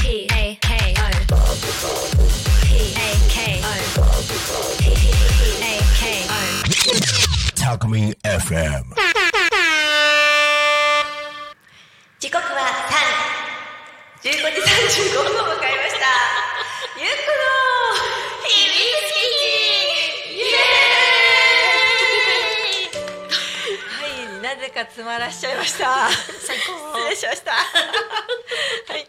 タコミン FM。 時刻は15時35分を迎えました。ゆっこの秘密基地、イエーイ。はい、なぜか詰まらしちゃいました。 最高。 失礼しましたはい、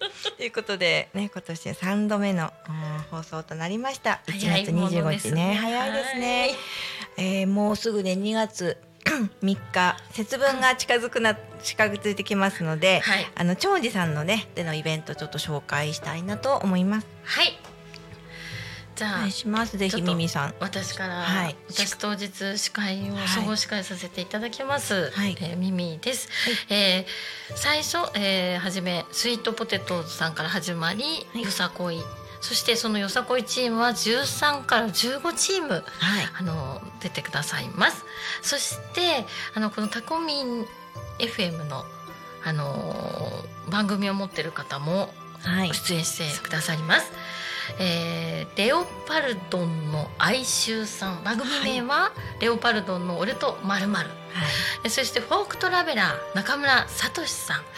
ということでね、今年3度目の放送となりました。1月25日ね、早いですね。もうすぐね2月3日節分が近づいてきますので、 はい、 長司さんのねでのイベントちょっと紹介したいなと思います。 はい、じゃあお願いします。 ぜひミミさん、 私から、 はい、 私当日司会を総合司会させていただきます、 はい、 ミミです、はい、最初、はじめスイートポテトさんから始まり、はい、よさこい、そしてそのよさこいチームは13から15チーム、はい、出てくださいます。そしてこのタコミン FM の、番組を持ってる方も出演してくださいます、はい、レオパルドンの哀愁さん、番組名は、はい、レオパルドンの俺とまるまる、そしてフォークトラベラー中村聡さん、はい、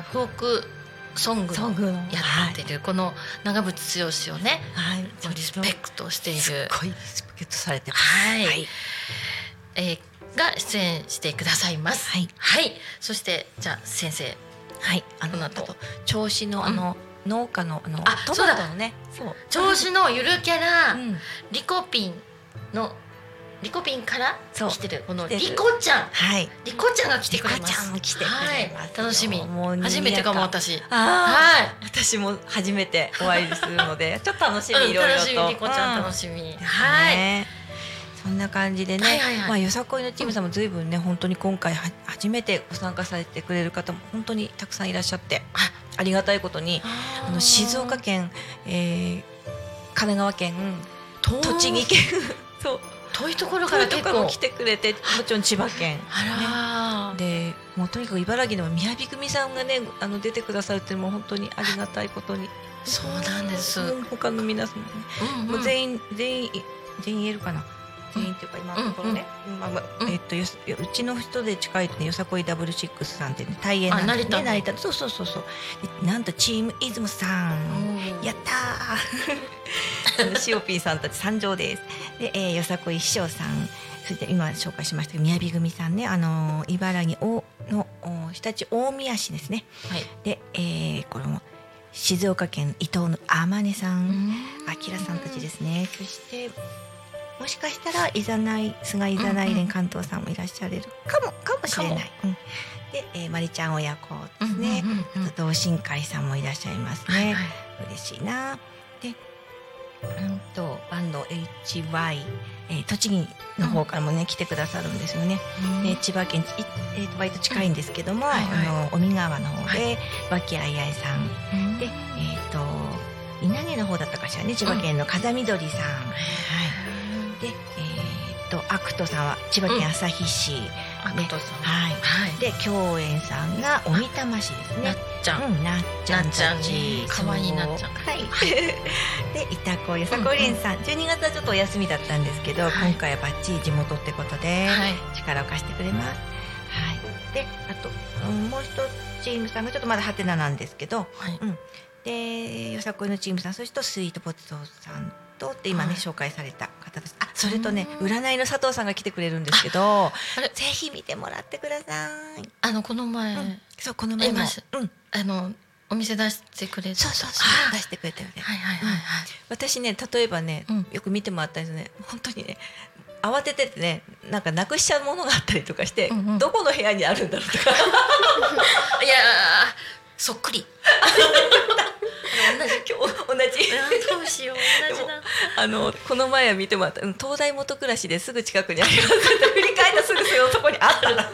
フォークソングのやってる、この長渕剛をね、はい、リスペクトしている、 すっごいリスペクトされてます、 はいはい、が出演してくださいます、はいはい、そしてじゃあ先生、はい、 この後銚子の農家のトママトのね、 銚子のゆるキャラ、リコピンから来てるこのリコちゃん、はい、リコちゃんが来てくれます。リコちゃんも来てくれます、はい、楽しみ。初めてかも私。 はい、私も初めてお会いするのでちょっと楽しみ、いろいろと。 楽しみ、リコちゃん楽しみ。はい。 そんな感じでね、まあよさこいのチームさんもずいぶんね、本当に今回初めてご参加されてくれる方も本当にたくさんいらっしゃって、ありがたいことに静岡県、神奈川県、栃木県そう遠いところから結構来てくれて、もちろん千葉県、でもうとにかく茨城でも宮城組さんがね出てくださるっていうのも本当にありがたいことに。 そうなんです。 他の皆さんもね、もう全員言えるかな、全員っていうか今のところね、うちの人で近いとね、よさこい666さんってね、大変なんですね、成田、そうなんとチームイズムさん、やったーシオピーさんたち参上です。で、よさこい師匠さん、そして今紹介しましたけど宮城組さんね、茨城の日立大宮市ですね、はい、で、この静岡県伊東の天音さん、あきらさんたちですね。そしてもしかしたら菅いざない連関東さんもいらっしゃれるかもしれない、で、まりちゃん親子ですね、あと同心会さんもいらっしゃいますね、嬉しいな。でバンド HY、栃木の方からもね、来てくださるんですよね。で千葉県、割と近いんですけども、小見川の方で和気あいあいさん、で稲毛の方だったかしらね、千葉県の風見鶏さん、でアクトさんは千葉県旭市、 アクトさん、 で共演さんが小美玉市ですね。 なっちゃん、 なっちゃんたち、 かわいいなっちゃん、 でいたこよさこりんさん、12月はちょっとお休みだったんですけど、今回はバッチリ地元ってことで力を貸してくれます。であともう一チームさんがちょっとまだハテナなんですけど、でよさこいのチームさん、そしてスイートポテトさんって今ね、紹介された方です。それとね、占いの佐藤さんが来てくれるんですけど、ぜひ見てもらってください。 この前、 この前もお店出してくれて、 そう出してくれたよね。私ね、例えばね、よく見てもらったんですね。本当にね、慌てててね、なんかなくしちゃうものがあったりとかして、どこの部屋にあるんだろうとかいやそっくり同じどうしよう、同じだ。 この前は見てもらった、東大元暮らしですぐ近くにありますって振り返ったすぐそこにあったな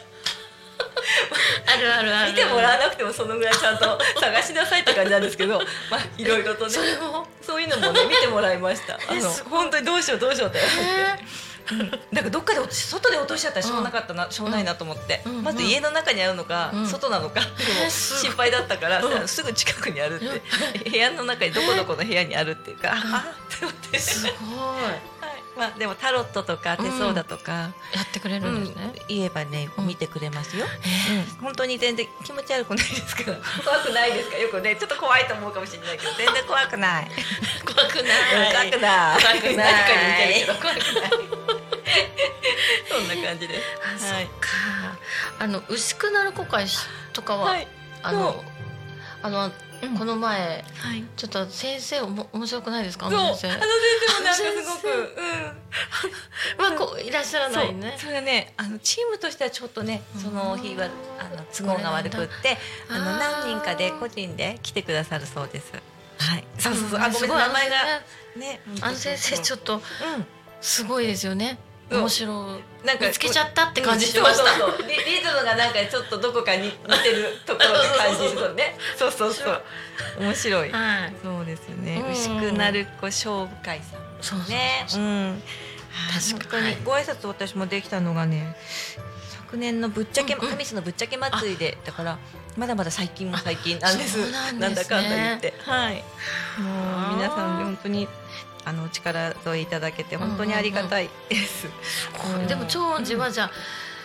ある見てもらわなくてもそのぐらいちゃんと探しなさいって感じなんですけど、まあいろいろとね、そういうのもね見てもらいました。本当にどうしようってだからどっかで外で落としちゃったらしょうがなかったな、しょうがないなと思って、まず家の中にあるのか、外なのかっていうのも心配だったから、すぐ近くにあるって、部屋の中にどこどこの部屋にあるっていうか、あって思って。 すごい。 まあでもタロットとか手相だとかやってくれるんですね。 言えばね見てくれますよ。本当に全然気持ち悪くないですから。怖くないですか。よくねちょっと怖いと思うかもしれないけど全然怖くない。 怖くない。 怖くない。 怖くない。 何かに似てるけど怖くない。そんな感じです。 そっか。薄くなる個会とかはこの前ちょっと先生面白くないですか？ 先生もなんかすごくいらっしゃらないね。 それねチームとしてはちょっとねその日は都合が悪くって何人かで個人で来てくださるそうです。はい。そうそうそう。ごめん名前がね。 先生ちょっとすごいですよね。面白い。なんか見つけちゃったって感じしてました。 リズムがなんかちょっとどこかに似てるところが感じるね。そうそうそう。面白い。そうですね。牛久鳴子商会さんね。確かにご挨拶私もできたのがね、昨年のぶっちゃけ神栖のぶっちゃけ祭りでだからまだまだ最近なんです。なんだかんだ言って、はい。もう皆さんで本当に。力添えいただけて本当にありがたいです。 でも長音寺はじゃあ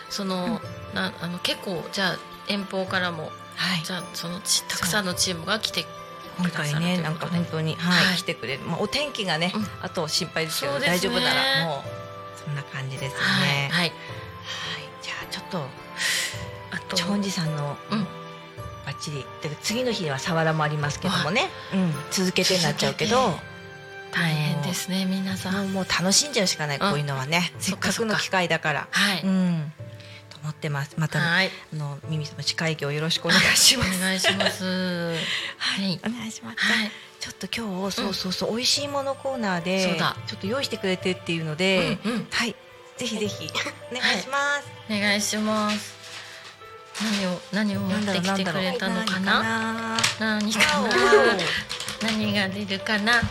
結構じゃあ遠方からもじゃあたくさんのチームが来て今回ねなんか本当に来てくれる。お天気がねあと心配ですけど大丈夫ならもうそんな感じですね。はい。じゃあちょっと長音寺さんのバッチリ次の日にはサワラもありますけどもね続けてになっちゃうけど。 大変ですね皆さん。 もう楽しんじゃうしかないこういうのはね。せっかくの機会だから。と思ってます。またミミさんも司会業よろしくお願いします。 お願いします。 はい、お願いします。ちょっと今日そう美味しいものコーナーでちょっと用意してくれてっていうので、はいぜひぜひお願いします。 お願いします。何を持ってきてくれたのかな。何が出るかな。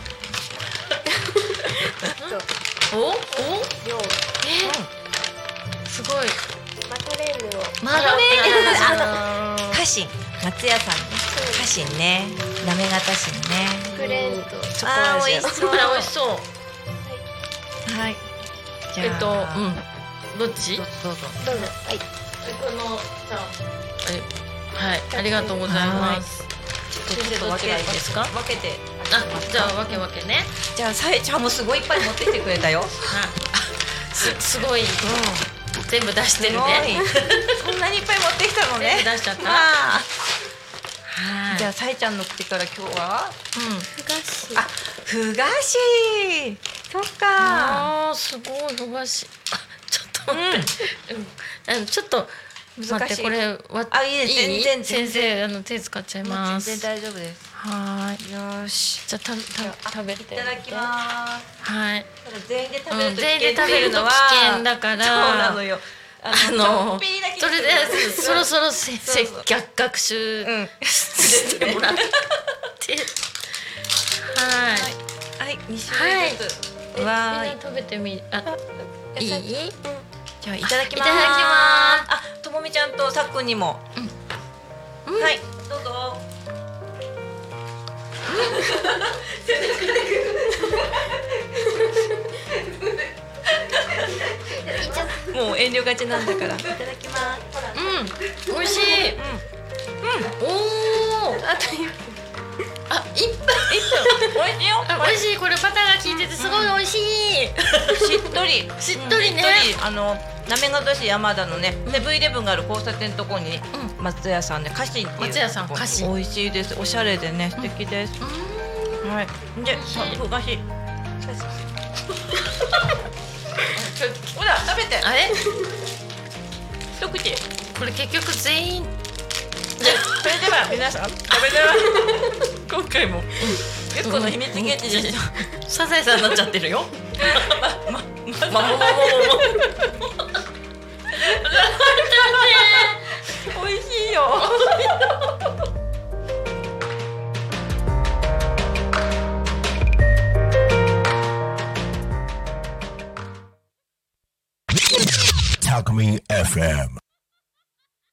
すごいマドレーヌを家臣松屋さんの家臣ねなめがたしねプレーンとチョコ味美味しそう。 はいじゃあどっち？ どうぞはいはいありがとうございます。 先生どっちがいいですか？分けてじゃあ分けね。 じゃあさえちゃんもすごいいっぱい持ってきてくれたよ。 すごい全部出してるね。 そんなにいっぱい持ってきたのね。 全部出しちゃった。 じゃあさえちゃんの口から今日はふ菓子。 ふ菓子。そっか。 すごいふ菓子。ちょっと待って。ちょっと待ってこれいいです全然先生手使っちゃいます。 全然大丈夫です。 はい。 よし。 じゃあ食べて。 いただきます。 はい。 全員で食べると全員で食べると危険だから。 そうなのよ。 それでそろそろ接客学習してもらって。 はい。2種類ずつ。 みんな食べてみ。いい？ じゃあいただきます。 いただきます。ともみちゃんとさっくんにも。はい、どうぞ。もう遠慮がちなんだから。いただきます。 美味しい。一分。 美味しいよ。 美味しい。これバターが効いててすごい美味しい。 しっとりね。なめがたし山田のね、セブンイレブンがある交差点のところに松屋さんで家臣っていう。 松屋さん家臣。 美味しいです。おしゃれでね素敵です。はい。で、ふ菓子。ほら食べて。一口。 これ結局全員。 それでは皆さん食べては今回も結構の秘密基地でサザエさんになっちゃってるよ。